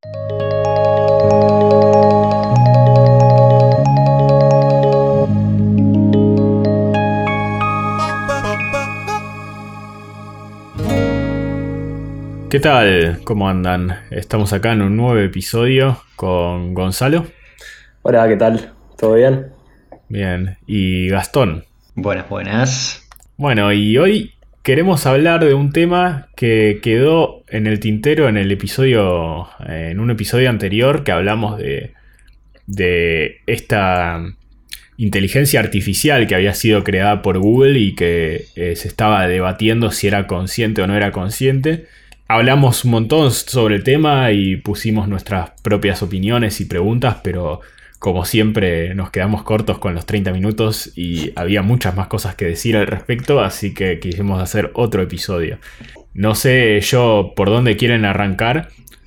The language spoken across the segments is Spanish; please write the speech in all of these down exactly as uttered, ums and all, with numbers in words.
¿Qué tal? ¿Cómo andan? Estamos acá en un nuevo episodio con Gonzalo. Hola, ¿qué tal? ¿Todo bien? Bien, y Gastón. Buenas, buenas. Bueno, y hoy queremos hablar de un tema que quedó en el tintero en el episodio, en un episodio anterior que hablamos de, de esta inteligencia artificial que había sido creada por Google y que eh, se estaba debatiendo si era consciente o no era consciente. Hablamos un montón sobre el tema y pusimos nuestras propias opiniones y preguntas, pero como siempre nos quedamos cortos con los treinta minutos y había muchas más cosas que decir al respecto, así que quisimos hacer otro episodio. No sé yo por dónde quieren arrancar,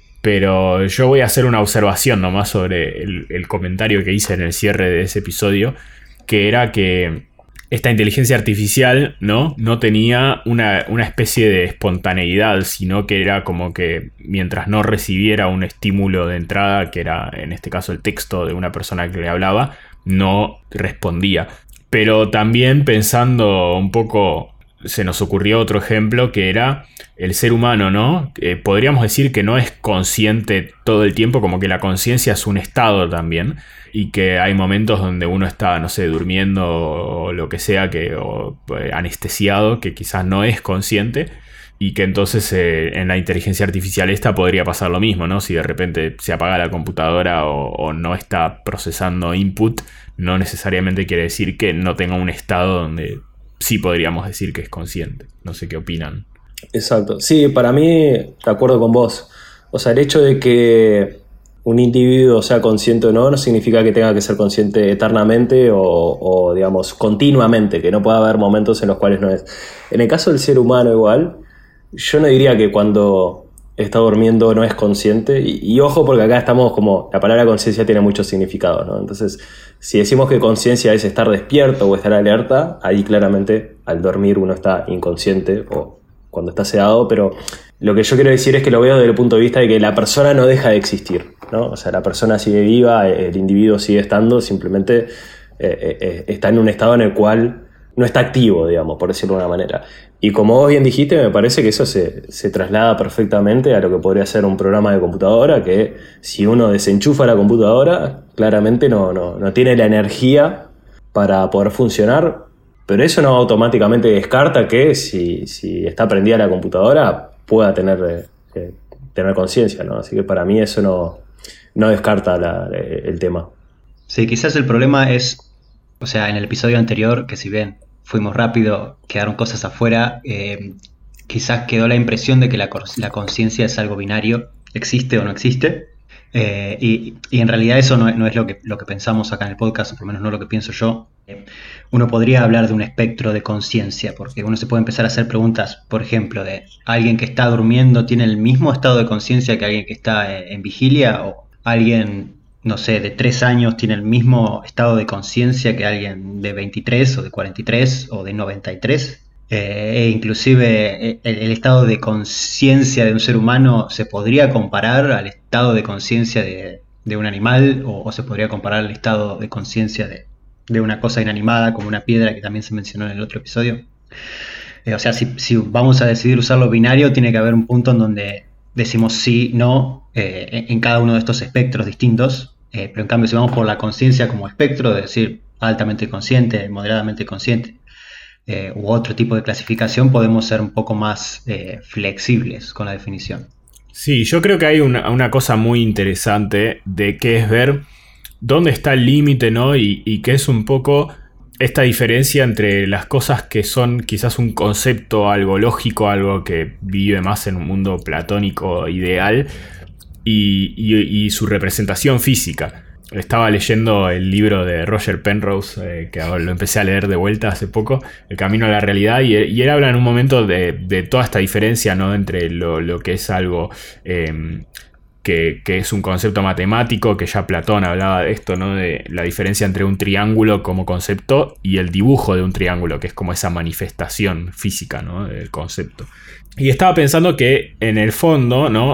pero yo voy a hacer una observación nomás sobre el, el comentario que hice en el cierre de ese episodio, que era que esta inteligencia artificial, ¿no? no tenía una, una especie de espontaneidad, sino que era como que mientras no recibiera un estímulo de entrada, que era en este caso el texto de una persona que le hablaba, no respondía. Pero también pensando un poco, se nos ocurrió otro ejemplo que era el ser humano, ¿no? Eh, podríamos decir que no es consciente todo el tiempo, como que la conciencia es un estado también. Y que hay momentos donde uno está, no sé, durmiendo o lo que sea, que, o eh, anestesiado, que quizás no es consciente. Y que entonces eh, en la inteligencia artificial esta podría pasar lo mismo, ¿no? Si de repente se apaga la computadora o, o no está procesando input, no necesariamente quiere decir que no tenga un estado donde sí podríamos decir que es consciente. No sé qué opinan. Exacto. Sí, para mí, de acuerdo con vos. O sea, el hecho de que un individuo sea consciente o no, no significa que tenga que ser consciente eternamente o, o, digamos, continuamente, que no pueda haber momentos en los cuales no es. En el caso del ser humano igual, yo no diría que cuando está durmiendo no es consciente, y, y ojo porque acá estamos como, la palabra conciencia tiene muchos significados, ¿no? Entonces, si decimos que conciencia es estar despierto o estar alerta, ahí claramente al dormir uno está inconsciente o cuando está sedado, pero lo que yo quiero decir es que lo veo desde el punto de vista de que la persona no deja de existir, ¿no? O sea, la persona sigue viva, el individuo sigue estando, simplemente eh, eh, está en un estado en el cual no está activo, digamos, por decirlo de una manera. Y como vos bien dijiste, me parece que eso se, se traslada perfectamente a lo que podría ser un programa de computadora, que si uno desenchufa la computadora, claramente no, no, no tiene la energía para poder funcionar. Pero eso no automáticamente descarta que si, si está prendida la computadora pueda tener, eh, tener conciencia, ¿no? Así que para mí eso no, no descarta la, el tema. Sí, quizás el problema es, o sea, en el episodio anterior, que si bien fuimos rápido, quedaron cosas afuera, eh, quizás quedó la impresión de que la, la conciencia es algo binario, existe o no existe. Eh, y, y en realidad eso no, no es lo que, lo que pensamos acá en el podcast, o por lo menos no lo que pienso yo. Eh, uno podría hablar de un espectro de conciencia, porque uno se puede empezar a hacer preguntas, por ejemplo, de alguien que está durmiendo tiene el mismo estado de conciencia que alguien que está en, en vigilia, o alguien, no sé, de tres años tiene el mismo estado de conciencia que alguien de veintitrés o de cuarenta y tres o de noventa y tres. Eh, e inclusive el, el estado de conciencia de un ser humano se podría comparar al estado de conciencia de, de un animal, o, o se podría comparar al estado de conciencia de, de una cosa inanimada como una piedra, que también se mencionó en el otro episodio. Eh, o sea, si, si vamos a decidir usarlo binario, tiene que haber un punto en donde decimos sí, no, eh, en, en cada uno de estos espectros distintos. Eh, pero en cambio, si vamos por la conciencia como espectro, de decir altamente consciente, moderadamente consciente, Eh, u otro tipo de clasificación, podemos ser un poco más eh, flexibles con la definición. Sí, yo creo que hay una, una cosa muy interesante de que es ver dónde está el límite, ¿no? Y, y que es un poco esta diferencia entre las cosas que son quizás un concepto, algo lógico, algo que vive más en un mundo platónico ideal, y, y, y su representación física. Estaba leyendo el libro de Roger Penrose, eh, que lo empecé a leer de vuelta hace poco, El camino a la realidad, y, y él habla en un momento de, de toda esta diferencia, ¿no? Entre lo, lo que es algo eh, que, que es un concepto matemático, que ya Platón hablaba de esto, ¿no? De la diferencia entre un triángulo como concepto y el dibujo de un triángulo, que es como esa manifestación física, ¿no? Del concepto. Y estaba pensando que en el fondo, ¿no?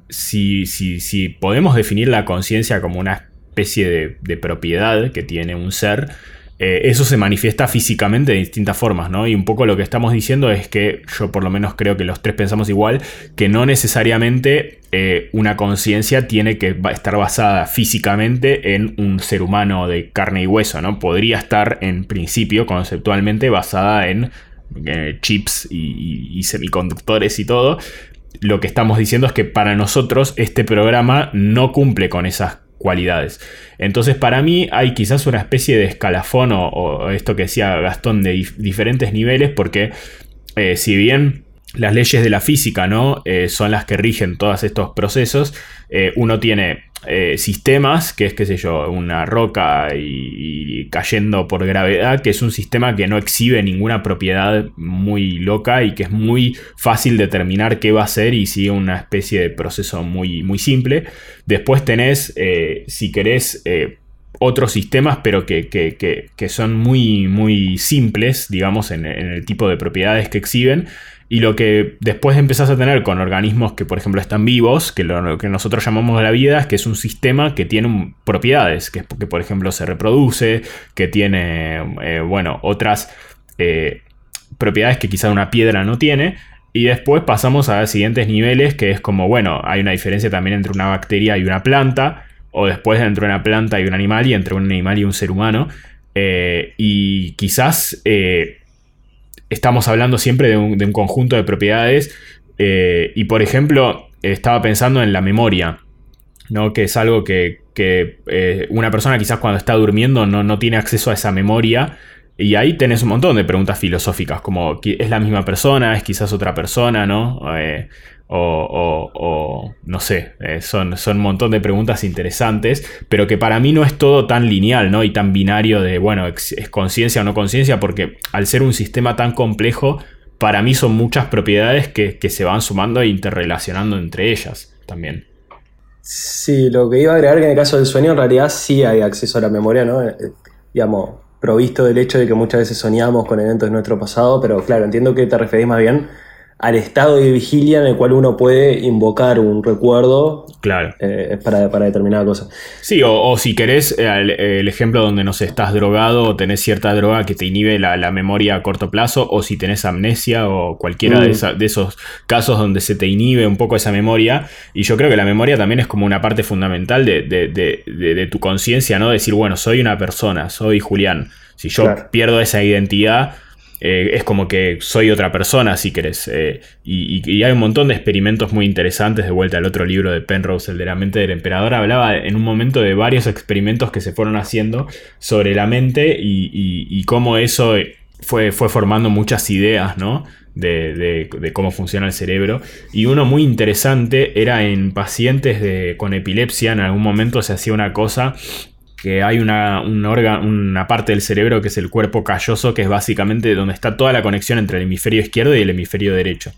si, si, si podemos definir la conciencia como una especie de, de propiedad que tiene un ser, eh, eso se manifiesta físicamente de distintas formas, ¿no? Y un poco lo que estamos diciendo es que yo por lo menos creo que los tres pensamos igual, que no necesariamente eh, una conciencia tiene que estar basada físicamente en un ser humano de carne y hueso, ¿no? Podría estar en principio conceptualmente basada en eh, chips y, y, y semiconductores y todo. Lo que estamos diciendo es que para nosotros este programa no cumple con esas cualidades. Entonces para mí hay quizás una especie de escalafón o, o esto que decía Gastón de dif- diferentes niveles, porque eh, si bien las leyes de la física, ¿no? Eh, son las que rigen todos estos procesos, eh, uno tiene eh, sistemas, que es, qué sé yo, una roca y, y cayendo por gravedad, que es un sistema que no exhibe ninguna propiedad muy loca y que es muy fácil determinar qué va a ser y sigue una especie de proceso muy, muy simple. Después tenés, eh, si querés, eh, otros sistemas, pero que, que, que, que son muy, muy simples, digamos, en, en el tipo de propiedades que exhiben. Y lo que después empezás a tener con organismos que, por ejemplo, están vivos, que lo que nosotros llamamos la vida, es que es un sistema que tiene un, propiedades, que, que, por ejemplo, se reproduce, que tiene, eh, bueno, otras eh, propiedades que quizá una piedra no tiene. Y después pasamos a siguientes niveles, que es como, bueno, hay una diferencia también entre una bacteria y una planta, o después entre una planta y un animal, y entre un animal y un ser humano. Eh, y quizás... Eh, Estamos hablando siempre de un, de un conjunto de propiedades eh, y, por ejemplo, estaba pensando en la memoria, ¿no? Que es algo que, que eh, una persona quizás cuando está durmiendo no, no tiene acceso a esa memoria, y ahí tenés un montón de preguntas filosóficas, como ¿es la misma persona? ¿Es quizás otra persona? ¿No? Eh, o, o, o no sé, eh, son, son un montón de preguntas interesantes, pero que para mí no es todo tan lineal, ¿no? Y tan binario de, bueno, es, es conciencia o no conciencia, porque al ser un sistema tan complejo, para mí son muchas propiedades que, que se van sumando e interrelacionando entre ellas también. Sí, lo que iba a agregar que en el caso del sueño en realidad sí hay acceso a la memoria, ¿no? Eh, digamos, provisto del hecho de que muchas veces soñamos con eventos de nuestro pasado, pero claro, entiendo que te referís más bien al estado de vigilia en el cual uno puede invocar un recuerdo, claro, eh, para, para determinada cosa. Sí, o, o si querés, el, el ejemplo donde, no sé, estás drogado o tenés cierta droga que te inhibe la, la memoria a corto plazo, o si tenés amnesia o cualquiera mm. de, esa, de esos casos donde se te inhibe un poco esa memoria. Y yo creo que la memoria también es como una parte fundamental de, de, de, de, de tu conciencia, ¿no? Decir, bueno, soy una persona, soy Julián. Si yo claro. pierdo esa identidad... Eh, es como que soy otra persona, si querés. Eh, y, y hay un montón de experimentos muy interesantes. De vuelta al otro libro de Penrose, el de la mente del emperador, hablaba en un momento de varios experimentos que se fueron haciendo sobre la mente y, y, y cómo eso fue, fue formando muchas ideas, ¿no? De, de, de cómo funciona el cerebro. Y uno muy interesante era en pacientes de, con epilepsia. En algún momento se hacía una cosa... que hay una, un órgano, una parte del cerebro que es el cuerpo calloso, que es básicamente donde está toda la conexión entre el hemisferio izquierdo y el hemisferio derecho.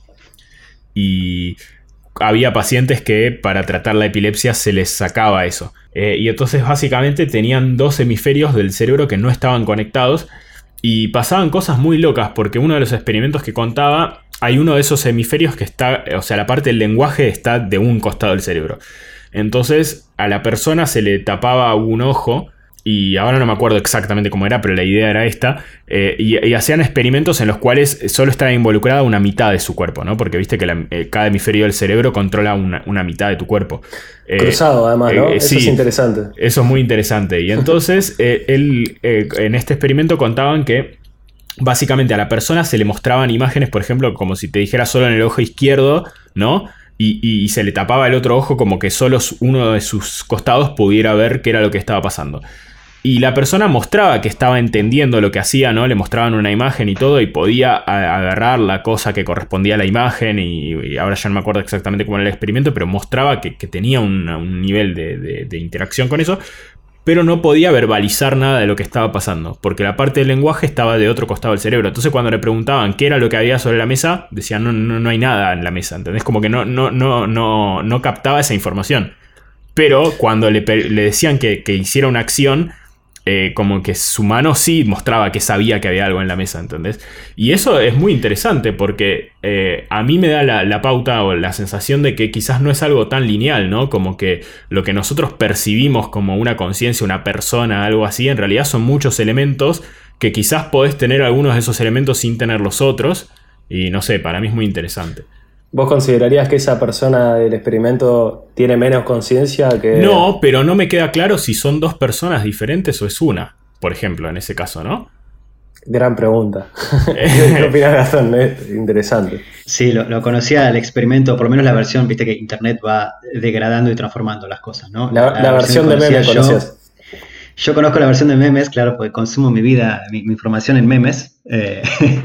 Y había pacientes que para tratar la epilepsia se les sacaba eso. Eh, y entonces básicamente tenían dos hemisferios del cerebro que no estaban conectados y pasaban cosas muy locas, porque uno de los experimentos que contaba, hay uno de esos hemisferios que está, o sea, la parte del lenguaje está de un costado del cerebro. Entonces a la persona se le tapaba un ojo, y ahora no me acuerdo exactamente cómo era, pero la idea era esta, eh, y, y hacían experimentos en los cuales solo estaba involucrada una mitad de su cuerpo, ¿no? Porque viste que la, eh, cada hemisferio del cerebro controla una, una mitad de tu cuerpo. Eh, Cruzado además, ¿no? Eh, eso sí, es interesante. Eso es muy interesante. Y entonces eh, él, eh, en este experimento contaban que básicamente a la persona se le mostraban imágenes, por ejemplo, como si te dijera solo en el ojo izquierdo, ¿no? Y, y se le tapaba el otro ojo, como que solo uno de sus costados pudiera ver qué era lo que estaba pasando. Y la persona mostraba que estaba entendiendo lo que hacía, ¿no? Le mostraban una imagen y todo, y podía a, agarrar la cosa que correspondía a la imagen, y, y ahora ya no me acuerdo exactamente cómo era el experimento, pero mostraba que, que tenía un, un nivel de, de, de interacción con eso, pero no podía verbalizar nada de lo que estaba pasando, porque la parte del lenguaje estaba de otro costado del cerebro. Entonces cuando le preguntaban qué era lo que había sobre la mesa, decían no, no, no hay nada en la mesa, ¿entendés? Como que no, no, no, no, no captaba esa información. Pero cuando le, le decían que, que hiciera una acción, eh, como que su mano sí mostraba que sabía que había algo en la mesa, ¿entendés? Y eso es muy interesante porque eh, a mí me da la, la pauta o la sensación de que quizás no es algo tan lineal, ¿no? Como que lo que nosotros percibimos como una conciencia, una persona, algo así, en realidad son muchos elementos que quizás podés tener algunos de esos elementos sin tener los otros. Y no sé, para mí es muy interesante. ¿Vos considerarías que esa persona del experimento tiene menos conciencia que...? No, pero no me queda claro si son dos personas diferentes o es una, por ejemplo, en ese caso, ¿no? Gran pregunta. ¿Qué opinas, Gastón? Es interesante. Sí, lo, lo conocía el experimento, por lo menos la versión, viste que Internet va degradando y transformando las cosas, ¿no? La, la, la versión, versión de memes yo, conocías. Yo conozco la versión de memes, claro, porque consumo mi vida, mi, mi información en memes. Eh,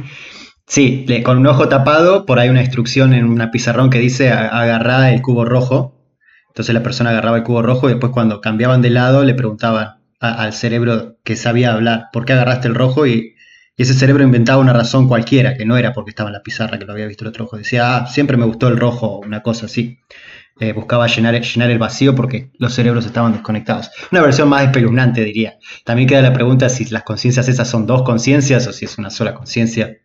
Sí, le, con un ojo tapado, por ahí una instrucción en una pizarrón que dice agarrá el cubo rojo. Entonces la persona agarraba el cubo rojo y después cuando cambiaban de lado le preguntaban a, al cerebro que sabía hablar, ¿por qué agarraste el rojo? Y, y ese cerebro inventaba una razón cualquiera, que no era porque estaba en la pizarra, que lo había visto el otro ojo. Decía, ah, siempre me gustó el rojo, una cosa así. Eh, buscaba llenar, llenar el vacío porque los cerebros estaban desconectados. Una versión más espeluznante, diría. También queda la pregunta si las conciencias esas son dos conciencias o si es una sola conciencia.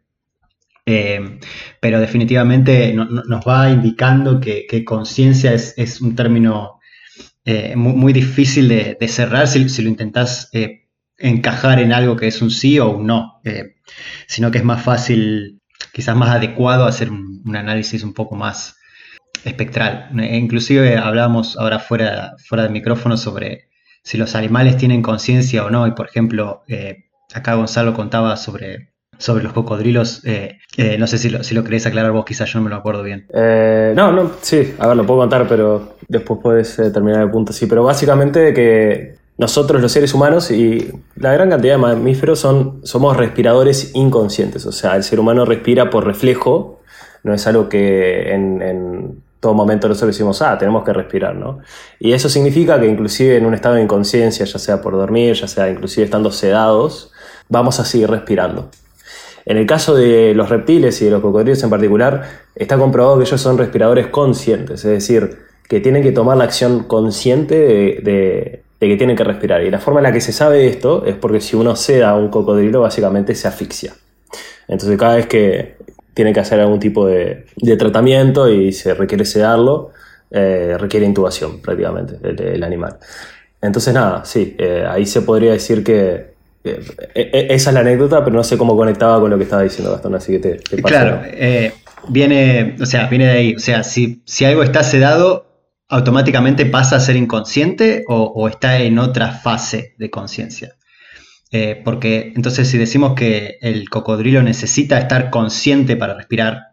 Eh, pero definitivamente no, no, nos va indicando que, que conciencia es, es un término eh, muy, muy difícil de, de cerrar si, si lo intentás eh, encajar en algo que es un sí o un no, eh, sino que es más fácil, quizás más adecuado hacer un, un análisis un poco más espectral. Eh, inclusive hablábamos ahora fuera, fuera del micrófono sobre si los animales tienen conciencia o no, y por ejemplo eh, acá Gonzalo contaba sobre sobre los cocodrilos, eh, eh, no sé si lo, si lo querés aclarar vos, quizás yo no me lo acuerdo bien. Eh, no, no, sí, a ver, lo puedo contar, pero después podés eh, terminar el punto, sí, pero básicamente que nosotros los seres humanos y la gran cantidad de mamíferos son, somos respiradores inconscientes, o sea, el ser humano respira por reflejo, no es algo que en, en todo momento nosotros decimos, ah, tenemos que respirar, ¿no? Y eso significa que inclusive en un estado de inconsciencia, ya sea por dormir, ya sea inclusive estando sedados, vamos a seguir respirando. En el caso de los reptiles y de los cocodrilos en particular, está comprobado que ellos son respiradores conscientes, es decir, que tienen que tomar la acción consciente de, de, de que tienen que respirar. Y la forma en la que se sabe esto es porque si uno seda a un cocodrilo, básicamente se asfixia. Entonces cada vez que tiene que hacer algún tipo de, de tratamiento y se requiere sedarlo, eh, requiere intubación prácticamente el, el animal. Entonces nada, sí, eh, ahí se podría decir que Eh, eh, esa es la anécdota, pero no sé cómo conectaba con lo que estaba diciendo Gastón, así que te, te paso. Claro, eh, viene, o sea, viene de ahí. O sea, si, si algo está sedado, ¿automáticamente pasa a ser inconsciente o, o está en otra fase de conciencia? Eh, porque entonces si decimos que el cocodrilo necesita estar consciente para respirar,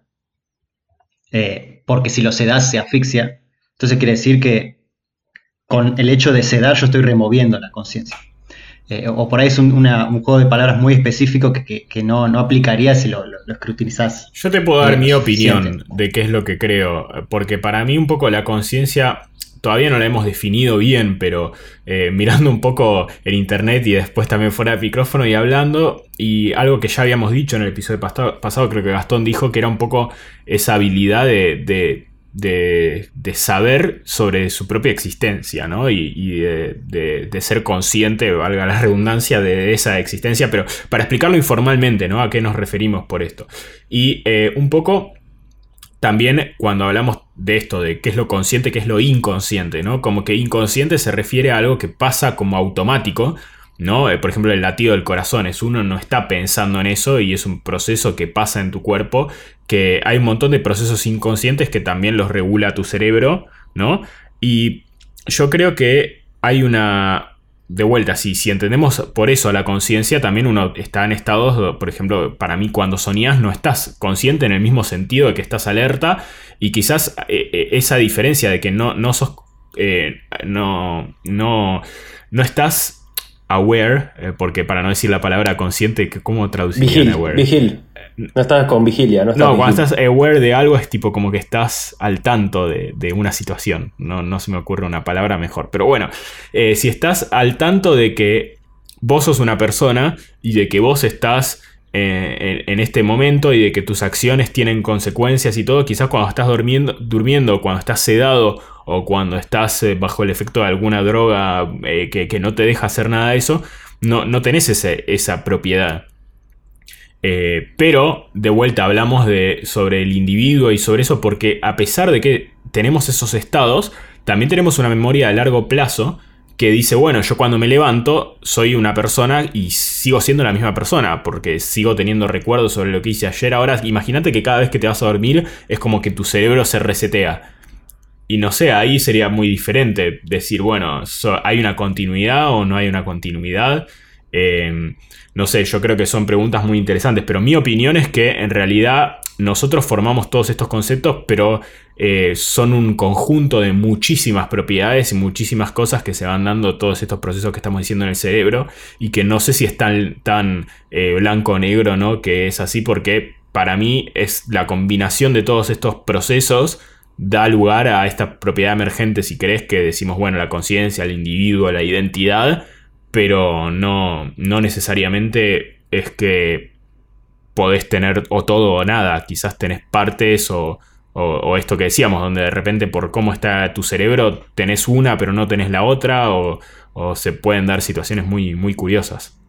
eh, porque si lo sedas se asfixia, entonces quiere decir que con el hecho de sedar yo estoy removiendo la conciencia. Eh, o por ahí es un, una, un juego de palabras muy específico que, que, que no, no aplicaría si lo, lo, lo escrutinizás. Yo te puedo dar mi opinión de qué es lo que creo, porque para mí un poco la conciencia todavía no la hemos definido bien, pero eh, mirando un poco en internet y después también fuera de micrófono y hablando, y algo que ya habíamos dicho en el episodio pasado, pasado creo que Gastón dijo que era un poco esa habilidad de... de De, de saber sobre su propia existencia, ¿no? Y, y de, de, de ser consciente, valga la redundancia, de esa existencia, pero para explicarlo informalmente, ¿no? ¿A qué nos referimos por esto? Y eh, un poco también cuando hablamos de esto, de qué es lo consciente, qué es lo inconsciente, ¿no? Como que inconsciente se refiere a algo que pasa como automático, ¿no? Por ejemplo, el latido del corazón es uno no está pensando en eso y es un proceso que pasa en tu cuerpo, que hay un montón de procesos inconscientes que también los regula tu cerebro, ¿no? Y yo creo que hay una... De vuelta, sí, si entendemos por eso a la conciencia, también uno está en estados, por ejemplo, para mí cuando soñás no estás consciente en el mismo sentido de que estás alerta y quizás eh, esa diferencia de que no, no sos... Eh, no, no, no estás... aware, eh, porque para no decir la palabra consciente, ¿cómo traducirían vigil, aware? Vigil. No estás con vigilia, no estás No, vigil. cuando estás aware de algo es tipo como que estás al tanto de, de una situación. No, no se me ocurre una palabra mejor. Pero bueno, eh, si estás al tanto de que vos sos una persona y de que vos estás eh, en, en este momento y de que tus acciones tienen consecuencias y todo, quizás cuando estás durmiendo, durmiendo cuando estás sedado o cuando estás eh, bajo el efecto de alguna droga eh, que, que no te deja hacer nada de eso, no, no tenés ese, esa propiedad. Eh, pero de vuelta hablamos de, sobre el individuo y sobre eso porque a pesar de que tenemos esos estados, también tenemos una memoria a largo plazo que dice, bueno, yo cuando me levanto soy una persona y sigo siendo la misma persona porque sigo teniendo recuerdos sobre lo que hice ayer. Ahora imagínate que cada vez que te vas a dormir es como que tu cerebro se resetea. Y no sé, ahí sería muy diferente decir, bueno, so, ¿hay una continuidad o no hay una continuidad? Eh, no sé, yo creo que son preguntas muy interesantes, pero mi opinión es que en realidad nosotros formamos todos estos conceptos, pero eh, son un conjunto de muchísimas propiedades y muchísimas cosas que se van dando todos estos procesos que estamos diciendo en el cerebro y que no sé si es tan, tan eh, blanco o negro, ¿no? Que es así porque para mí es la combinación de todos estos procesos da lugar a esta propiedad emergente, si querés, que decimos, bueno, la conciencia, el individuo, la identidad, pero no, no necesariamente es que podés tener o todo o nada. Quizás tenés partes o, o, o esto que decíamos, donde de repente por cómo está tu cerebro tenés una pero no tenés la otra, o, o se pueden dar situaciones muy, muy curiosas.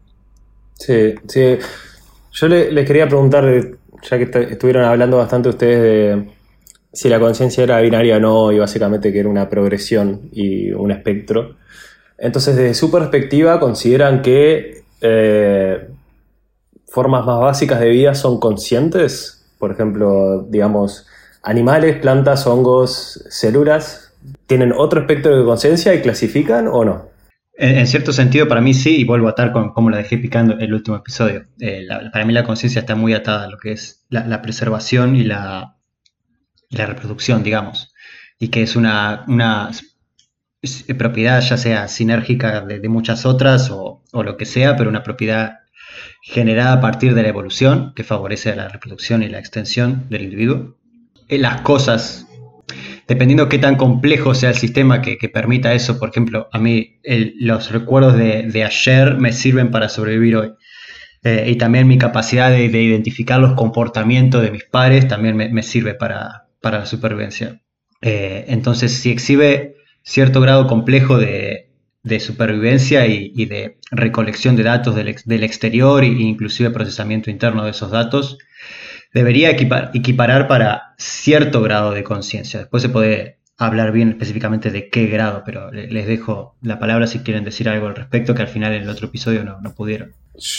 Sí, sí. Yo le, les quería preguntar, ya que est- estuvieron hablando bastante ustedes de si la conciencia era binaria o no, y básicamente que era una progresión y un espectro. Entonces, desde su perspectiva, ¿consideran que eh, formas más básicas de vida son conscientes? Por ejemplo, digamos, animales, plantas, hongos, células, ¿tienen otro espectro de conciencia y clasifican o no? En, en cierto sentido, para mí sí, y vuelvo a atar con cómo la dejé picando en el último episodio. Eh, la- para mí la conciencia está muy atada a lo que es la, la preservación y la, y la reproducción, digamos, y que es una, una s- propiedad ya sea sinérgica de, de muchas otras o, o lo que sea, pero una propiedad generada a partir de la evolución que favorece la reproducción y la extensión del individuo. Eh, Las cosas, dependiendo qué tan complejo sea el sistema que, que permita eso, por ejemplo, a mí el- los recuerdos de, de ayer me sirven para sobrevivir hoy. Eh, y también mi capacidad de, de identificar los comportamientos de mis pares también me, me sirve para, para la supervivencia. Eh, entonces, si exhibe cierto grado complejo de, de supervivencia y, y de recolección de datos del, ex- del exterior e inclusive procesamiento interno de esos datos, debería equipar- equiparar para cierto grado de conciencia. Después se puede hablar bien específicamente de qué grado, pero le- les dejo la palabra si quieren decir algo al respecto, que al final en el otro episodio no, no pudieron.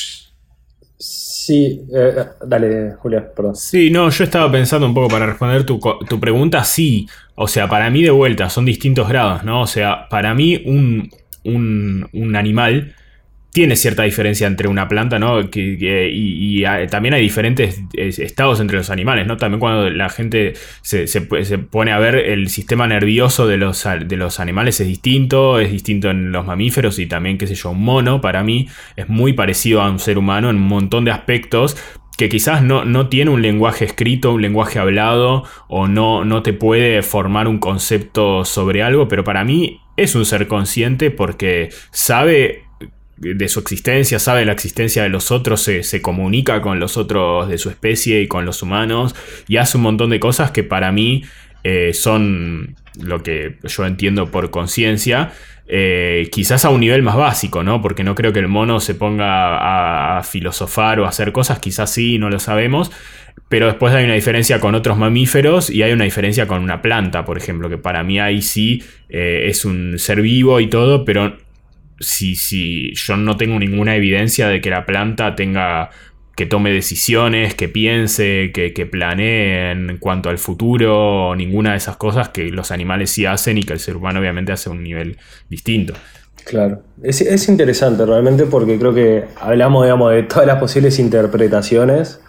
Sí, eh, dale, Julia, perdón. Sí, no, yo estaba pensando un poco para responder tu, co- tu pregunta, sí. O sea, para mí de vuelta son distintos grados, ¿no? O sea, para mí un, un, un animal tiene cierta diferencia entre una planta, ¿no? Que, que- y, y hay- también hay diferentes eh, estados entre los animales, ¿no? También cuando la gente se, se, pu- se pone a ver el sistema nervioso de los, a- de los animales es distinto, es distinto en los mamíferos y también, qué sé yo, un mono para mí es muy parecido a un ser humano en un montón de aspectos que quizás no, no tiene un lenguaje escrito, un lenguaje hablado o no, no te puede formar un concepto sobre algo, pero para mí es un ser consciente porque sabe de su existencia, sabe la existencia de los otros, se, se comunica con los otros de su especie y con los humanos y hace un montón de cosas que para mí eh, son lo que yo entiendo por conciencia, eh, quizás a un nivel más básico, ¿no? Porque no creo que el mono se ponga a, a filosofar o a hacer cosas, quizás sí, no lo sabemos, pero después hay una diferencia con otros mamíferos y hay una diferencia con una planta, por ejemplo, que para mí ahí sí eh, es un ser vivo y todo, pero si, si yo no tengo ninguna evidencia de que la planta tenga que tome decisiones, que piense, que, que planee en cuanto al futuro, o ninguna de esas cosas que los animales sí hacen y que el ser humano obviamente hace a un nivel distinto. Claro, es, es interesante realmente porque creo que hablamos, digamos, de todas las posibles interpretaciones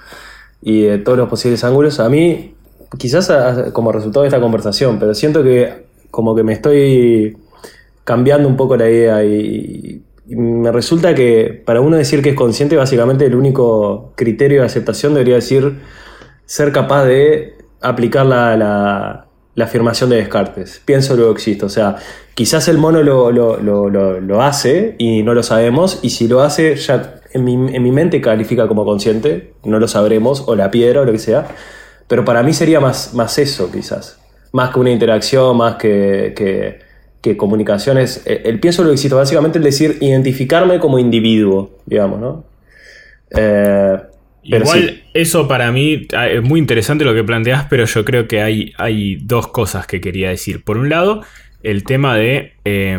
y de todos los posibles ángulos. A mí, quizás a- como resultado de esta conversación, pero siento que como que me estoy cambiando un poco la idea y, y me resulta que para uno decir que es consciente, básicamente el único criterio de aceptación debería decir ser capaz de aplicar la, la, la afirmación de Descartes. Pienso, luego existo. O sea, quizás el mono lo, lo, lo, lo, lo hace y no lo sabemos, y si lo hace ya en mi, en mi mente califica como consciente, no lo sabremos, o la piedra o lo que sea, pero para mí sería más, más eso quizás, más que una interacción, más que, que, que comunicación es, el pienso lo existe, básicamente es decir, identificarme como individuo, digamos, ¿no? Eh, pero Igual sí. eso para mí es muy interesante lo que planteás, pero yo creo que hay, hay dos cosas que quería decir. Por un lado, el tema de eh,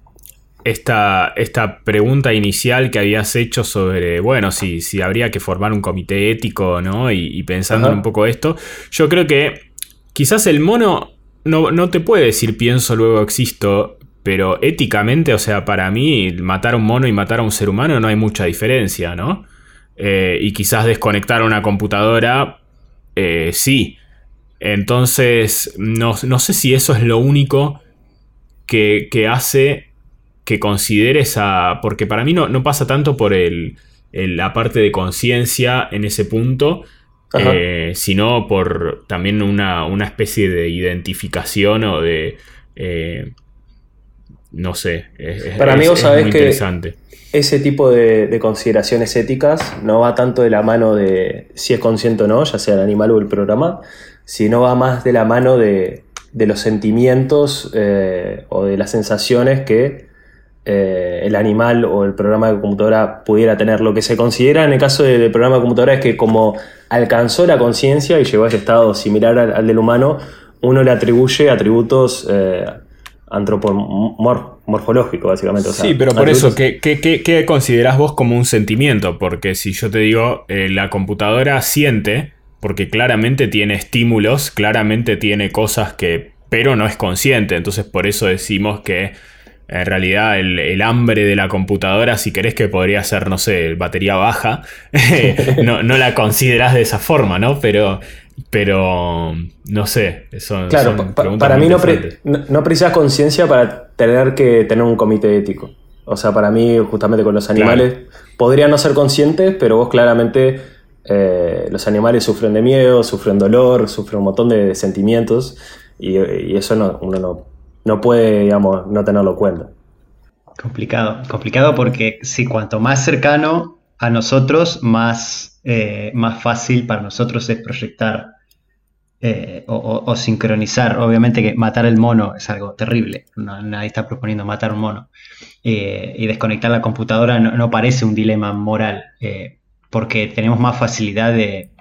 esta, esta pregunta inicial que habías hecho sobre, bueno, si, si habría que formar un comité ético, ¿no? Y, y pensando en un poco esto, yo creo que quizás el mono no, no te puede decir pienso, luego existo, pero éticamente, o sea, para mí matar a un mono y matar a un ser humano no hay mucha diferencia, ¿no? Eh, y quizás desconectar a una computadora, eh, sí. Entonces, no, no sé si eso es lo único que, que hace que consideres a... Porque para mí no, no pasa tanto por el, el, la parte de conciencia en ese punto, eh, sino por también una, una especie de identificación o de... Eh, no sé, es, Para es, mí vos es sabés muy que interesante. ese tipo de, de consideraciones éticas no va tanto de la mano de si es consciente o no, ya sea el animal o el programa, sino va más de la mano de, de los sentimientos eh, o de las sensaciones que eh, el animal o el programa de computadora pudiera tener. Lo que se considera en el caso del de programa de computadora es que como alcanzó la conciencia y llegó a ese estado similar al, al del humano, uno le atribuye atributos eh, antropomorfológicos, básicamente. O sea, sí, pero por atributos... eso, ¿qué, qué, qué, qué considerás vos como un sentimiento? Porque si yo te digo, eh, la computadora siente, porque claramente tiene estímulos, claramente tiene cosas que... pero no es consciente, entonces por eso decimos que en realidad el, el hambre de la computadora, si querés que podría ser, no sé, batería baja, no, no la considerás de esa forma, ¿no? Pero... Pero no sé, son, Claro, son pa- preguntas para muy mí no, pre- interesantes. no, no precisas conciencia para tener que tener un comité ético. O sea, para mí, justamente con los animales, Claro. podrían no ser conscientes, pero vos claramente eh, los animales sufren de miedo, sufren dolor, sufren un montón de, de sentimientos y, y eso no, uno no, no puede, digamos, no tenerlo en cuenta. Complicado, complicado porque sí, cuanto más cercano a nosotros, más, eh, más fácil para nosotros es proyectar eh, o, o- o sincronizar. Obviamente que matar el mono es algo terrible, no- nadie está proponiendo matar un mono. Eh, y desconectar la computadora no, no parece un dilema moral, eh, porque tenemos más facilidad de,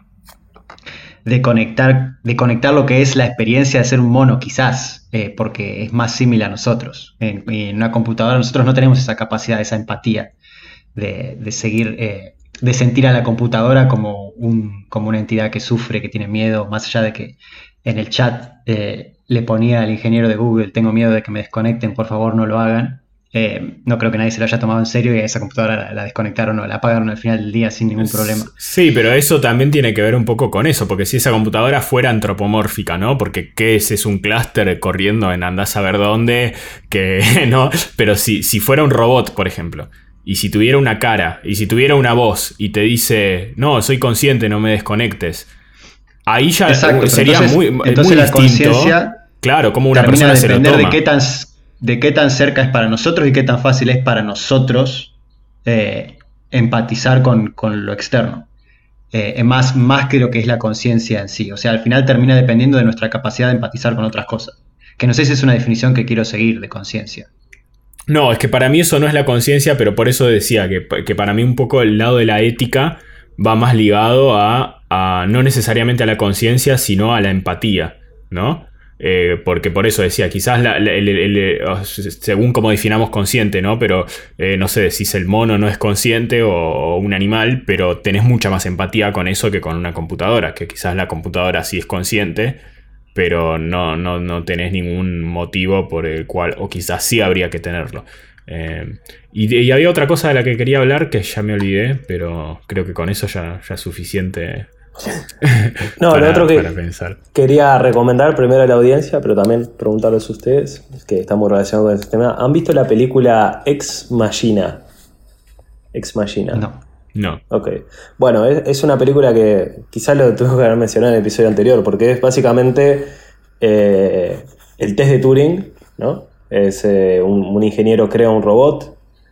de conectar, de conectar lo que es la experiencia de ser un mono, quizás, eh, porque es más similar a nosotros. En, en una computadora nosotros no tenemos esa capacidad, esa empatía de, de seguir, eh, de sentir a la computadora como, un, como una entidad que sufre, que tiene miedo, más allá de que en el chat eh, le ponía al ingeniero de Google, tengo miedo de que me desconecten, por favor no lo hagan. Eh, no creo que nadie se lo haya tomado en serio y a esa computadora la, la desconectaron o la apagaron al final del día sin ningún problema. Sí, pero eso también tiene que ver un poco con eso, porque si esa computadora fuera antropomórfica, ¿no? Porque ¿qué es? Es un clúster corriendo en andás a ver dónde, que no. Pero si, si fuera un robot, por ejemplo, y si tuviera una cara, y si tuviera una voz, y te dice, no, soy consciente, no me desconectes, ahí ya Exacto, pero sería entonces, muy, entonces muy la distinto. conciencia Claro, como una termina persona de se lo depender de toma. qué tan, de qué tan cerca es para nosotros y qué tan fácil es para nosotros eh, empatizar con, con lo externo. Eh, más, más que lo que es la conciencia en sí. O sea, al final termina dependiendo de nuestra capacidad de empatizar con otras cosas. Que no sé si es una definición que quiero seguir de conciencia. No, es que para mí eso no es la conciencia, pero por eso decía que, que para mí un poco el lado de la ética va más ligado a, a no necesariamente a la conciencia, sino a la empatía, ¿no? Eh, porque por eso decía, quizás la, la, el, el, el, según como definamos consciente, ¿no? Pero eh, no sé si el mono no es consciente o, o un animal, pero tenés mucha más empatía con eso que con una computadora, que quizás la computadora sí es consciente, pero no, no, no tenés ningún motivo por el cual, o quizás sí habría que tenerlo. Eh, y, y había otra cosa de la que quería hablar que ya me olvidé, pero creo que con eso ya, ya es suficiente. No, para, lo otro que para pensar. quería recomendar primero a la audiencia, pero también preguntarles a ustedes, que están muy relacionados con este tema. ¿Han visto la película Ex Machina? Ex Machina. No. No. Ok. Bueno, es, es una película que quizás lo tuve que haber mencionado en el episodio anterior, porque es básicamente eh, el test de Turing, ¿no? Es eh, un, un ingeniero crea un robot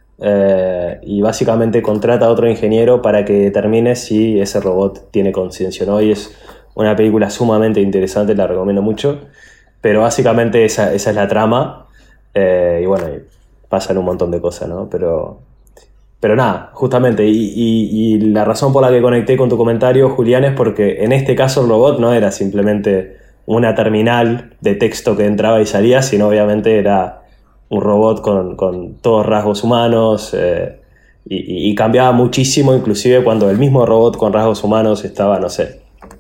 eh, y básicamente contrata a otro ingeniero para que determine si ese robot tiene conciencia o no. Y es una película sumamente interesante, la recomiendo mucho. Pero básicamente esa, esa es la trama. Eh, y bueno, pasan un montón de cosas, ¿no? Pero, pero nada, justamente, y, y, y la razón por la que conecté con tu comentario, Julián, es porque en este caso el robot no era simplemente una terminal de texto que entraba y salía, sino obviamente era un robot con, con todos rasgos humanos, eh, y, y cambiaba muchísimo, inclusive cuando el mismo robot con rasgos humanos estaba, no sé,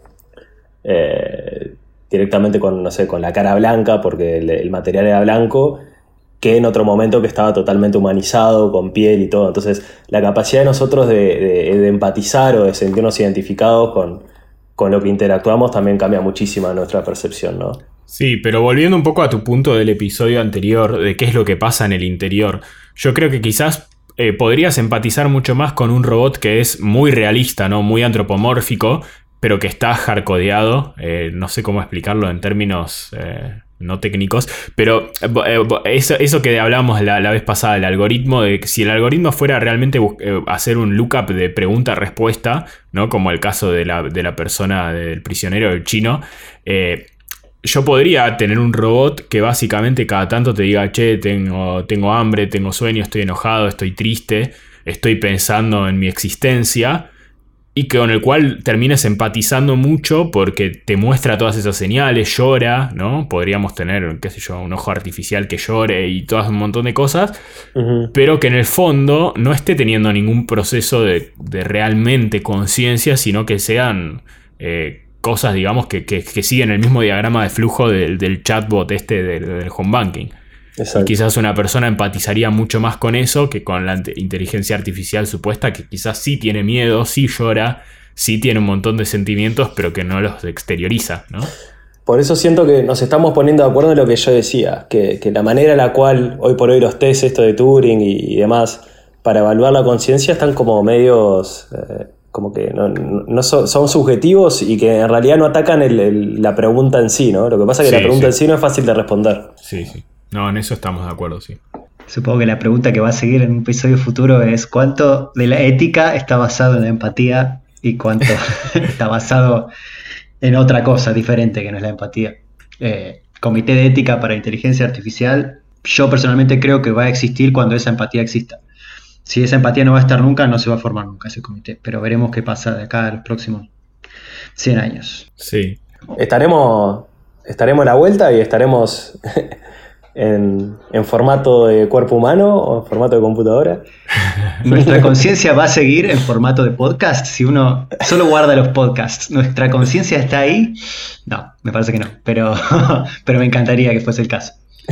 eh, directamente con, no sé, con la cara blanca, porque el, el material era blanco, que en otro momento que estaba totalmente humanizado, con piel y todo. Entonces, la capacidad de nosotros de, de, de empatizar o de sentirnos identificados con, con lo que interactuamos también cambia muchísimo nuestra percepción, ¿no? Sí, pero volviendo un poco a tu punto del episodio anterior, de qué es lo que pasa en el interior, yo creo que quizás eh, podrías empatizar mucho más con un robot que es muy realista, ¿no? Muy antropomórfico, pero que está hardcodeado. Eh, no sé cómo explicarlo en términos eh, no técnicos, pero eh, eso, eso que hablábamos la, la vez pasada, el algoritmo, de que si el algoritmo fuera realmente eh, hacer un lookup de pregunta-respuesta, ¿no? Como el caso de la, de la persona, del prisionero del chino, eh, yo podría tener un robot que básicamente cada tanto te diga, che, tengo, tengo hambre, tengo sueño, estoy enojado, estoy triste, estoy pensando en mi existencia, y con el cual termines empatizando mucho porque te muestra todas esas señales, llora, ¿no? Podríamos tener, qué sé yo, un ojo artificial que llore y todo un montón de cosas, uh-huh. Pero que en el fondo no esté teniendo ningún proceso de, de realmente conciencia, sino que sean eh, cosas, digamos, que, que, que siguen el mismo diagrama de flujo del, del chatbot este del, del home banking. Exacto. Y quizás una persona empatizaría mucho más con eso que con la inteligencia artificial supuesta, que quizás sí tiene miedo, sí llora, sí tiene un montón de sentimientos, pero que no los exterioriza, ¿no? Por eso siento que nos estamos poniendo de acuerdo en lo que yo decía, que, que la manera en la cual hoy por hoy los test, esto de Turing y, y demás, para evaluar la conciencia están como medios, eh, como que no, no son, son subjetivos y que en realidad no atacan el, el, la pregunta en sí, ¿no? Lo que pasa es que sí, la pregunta sí. en sí no es fácil de responder. Sí, sí. No, en eso estamos de acuerdo, sí. Supongo que la pregunta que va a seguir en un episodio futuro es ¿cuánto de la ética está basado en la empatía y cuánto está basado en otra cosa diferente que no es la empatía? Eh, comité de ética para inteligencia artificial, yo personalmente creo que va a existir cuando esa empatía exista. Si esa empatía no va a estar nunca, no se va a formar nunca ese comité, pero veremos qué pasa de acá a los próximos cien años. Sí. Estaremos, estaremos a la vuelta y estaremos... En, ¿En formato de cuerpo humano o en formato de computadora? Nuestra conciencia va a seguir en formato de podcast si uno solo guarda los podcasts. ¿Nuestra conciencia está ahí? No, me parece que no, pero, pero me encantaría que fuese el caso.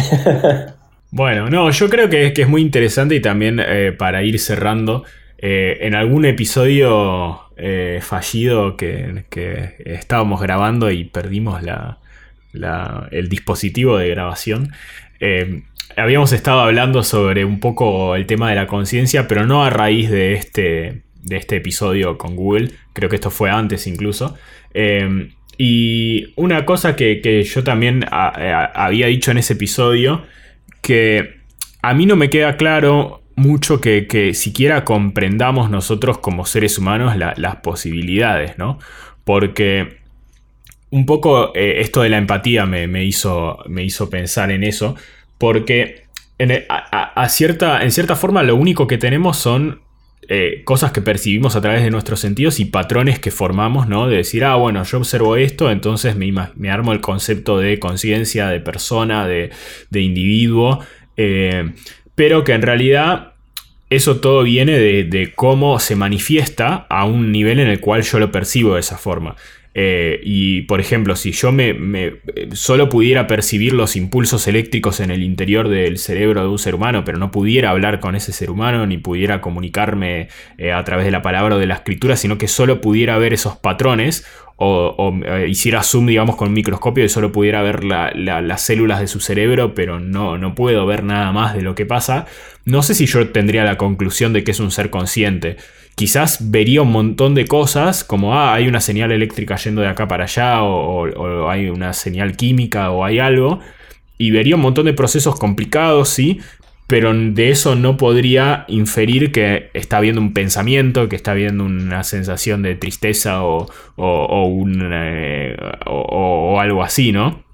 Bueno, no, yo creo que, que es muy interesante y también eh, para ir cerrando, eh, en algún episodio eh, fallido que, que estábamos grabando y perdimos la, la, el dispositivo de grabación, Eh, habíamos estado hablando sobre un poco el tema de la conciencia, pero no a raíz de este, de este episodio con Google. Creo que esto fue antes incluso. Eh, y una cosa que, que yo también a, a, había dicho en ese episodio, que a mí no me queda claro mucho que, que siquiera comprendamos nosotros como seres humanos la, las posibilidades, ¿no? Porque... Un poco eh, esto de la empatía me, me, hizo, me hizo pensar en eso, porque en, el, a, a cierta, en cierta forma lo único que tenemos son eh, cosas que percibimos a través de nuestros sentidos y patrones que formamos, ¿no? De decir, ah, bueno, yo observo esto, entonces me, me armo el concepto de conciencia, de persona, de, de individuo, eh, pero que en realidad... Eso todo viene de, de cómo se manifiesta a un nivel en el cual yo lo percibo de esa forma. Eh, y por ejemplo, si yo me, me solo pudiera percibir los impulsos eléctricos en el interior del cerebro de un ser humano, pero no pudiera hablar con ese ser humano, ni pudiera comunicarme eh, a través de la palabra o de la escritura, sino que solo pudiera ver esos patrones, o, o eh, hiciera zoom, digamos, con un microscopio y solo pudiera ver la, la, las células de su cerebro, pero no, no puedo ver nada más de lo que pasa, no sé si yo tendría la conclusión de que es un ser consciente. Quizás vería un montón de cosas como, ah, hay una señal eléctrica yendo de acá para allá, o, o, o hay una señal química, o hay algo, y vería un montón de procesos complicados, sí, pero de eso no podría inferir que está habiendo un pensamiento, que está habiendo una sensación de tristeza o, o, o, un, eh, o, o algo así, ¿no?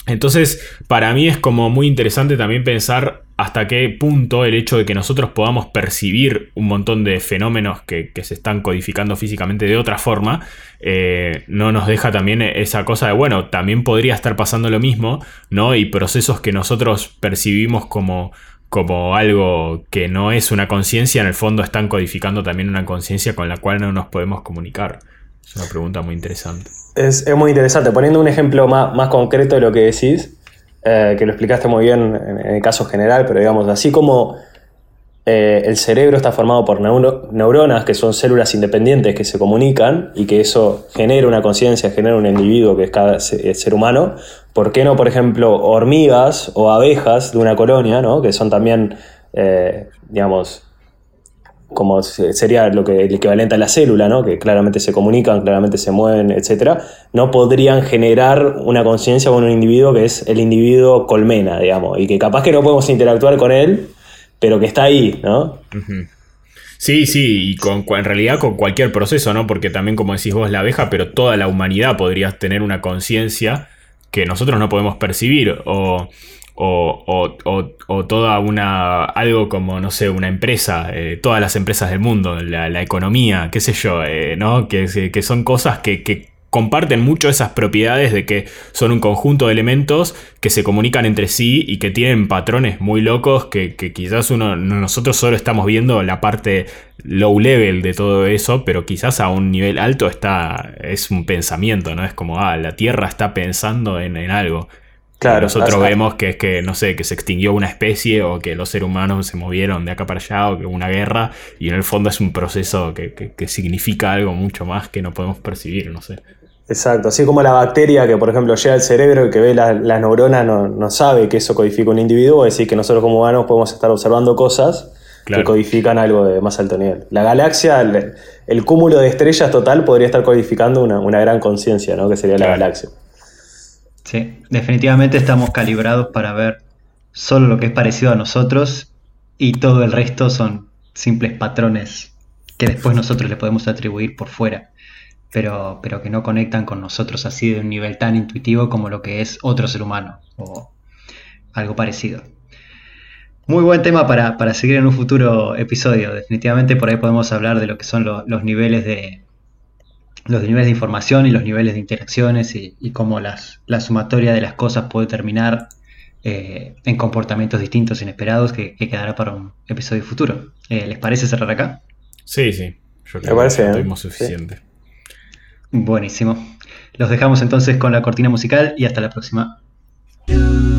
Entonces, para mí es como muy interesante también pensar hasta qué punto el hecho de que nosotros podamos percibir un montón de fenómenos que, que se están codificando físicamente de otra forma, eh, no nos deja también esa cosa de, bueno, también podría estar pasando lo mismo, ¿no? Y procesos que nosotros percibimos como, como algo que no es una conciencia, en el fondo están codificando también una conciencia con la cual no nos podemos comunicar. Es una pregunta muy interesante. Es, es muy interesante. Poniendo un ejemplo más, más concreto de lo que decís, eh, que lo explicaste muy bien en, en el caso general, pero digamos, así como eh, el cerebro está formado por neuro, neuronas, que son células independientes que se comunican y que eso genera una conciencia, genera un individuo que es cada ser humano, ¿por qué no, por ejemplo, hormigas o abejas de una colonia, ¿no? Que son también, eh, digamos, como sería lo que el equivalente a la célula, ¿no? Que claramente se comunican, claramente se mueven, etcétera, no podrían generar una conciencia con un individuo que es el individuo colmena, digamos, y que capaz que no podemos interactuar con él, pero que está ahí, ¿no? Uh-huh. Sí, sí, y con, en realidad con cualquier proceso, ¿no? Porque también, como decís vos, la abeja, pero toda la humanidad podría tener una conciencia que nosotros no podemos percibir, o... O, o, o, o toda una, algo como, no sé, una empresa, eh, todas las empresas del mundo, la, la economía, qué sé yo, eh, ¿no? Que, que son cosas que, que comparten mucho esas propiedades de que son un conjunto de elementos que se comunican entre sí y que tienen patrones muy locos que, que quizás uno, nosotros solo estamos viendo la parte low level de todo eso, pero quizás a un nivel alto está, es un pensamiento, ¿no? Es como, ah, la Tierra está pensando en, en algo. Claro, nosotros hasta vemos que es que, no sé, que se extinguió una especie o que los seres humanos se movieron de acá para allá o que hubo una guerra, y en el fondo es un proceso que, que, que significa algo mucho más que no podemos percibir, no sé. Exacto, así como la bacteria que, por ejemplo, llega al cerebro y que ve la, las neuronas no, no sabe que eso codifica un individuo, es decir, que nosotros como humanos podemos estar observando cosas claro. que codifican algo de más alto nivel. La galaxia, el, el cúmulo de estrellas total podría estar codificando una, una gran conciencia, ¿no? Que sería claro. la galaxia. Sí, definitivamente estamos calibrados para ver solo lo que es parecido a nosotros y todo el resto son simples patrones que después nosotros le podemos atribuir por fuera, pero, pero que no conectan con nosotros así de un nivel tan intuitivo como lo que es otro ser humano o algo parecido. Muy buen tema para, para seguir en un futuro episodio. Definitivamente por ahí podemos hablar de lo que son lo, los niveles de... los niveles de información y los niveles de interacciones y, y cómo las, la sumatoria de las cosas puede terminar eh, en comportamientos distintos, inesperados, que, que quedará para un episodio futuro. Eh, ¿Les parece cerrar acá? Sí, sí. Yo creo que ya tuvimos suficiente. Sí. Buenísimo. Los dejamos entonces con la cortina musical y hasta la próxima.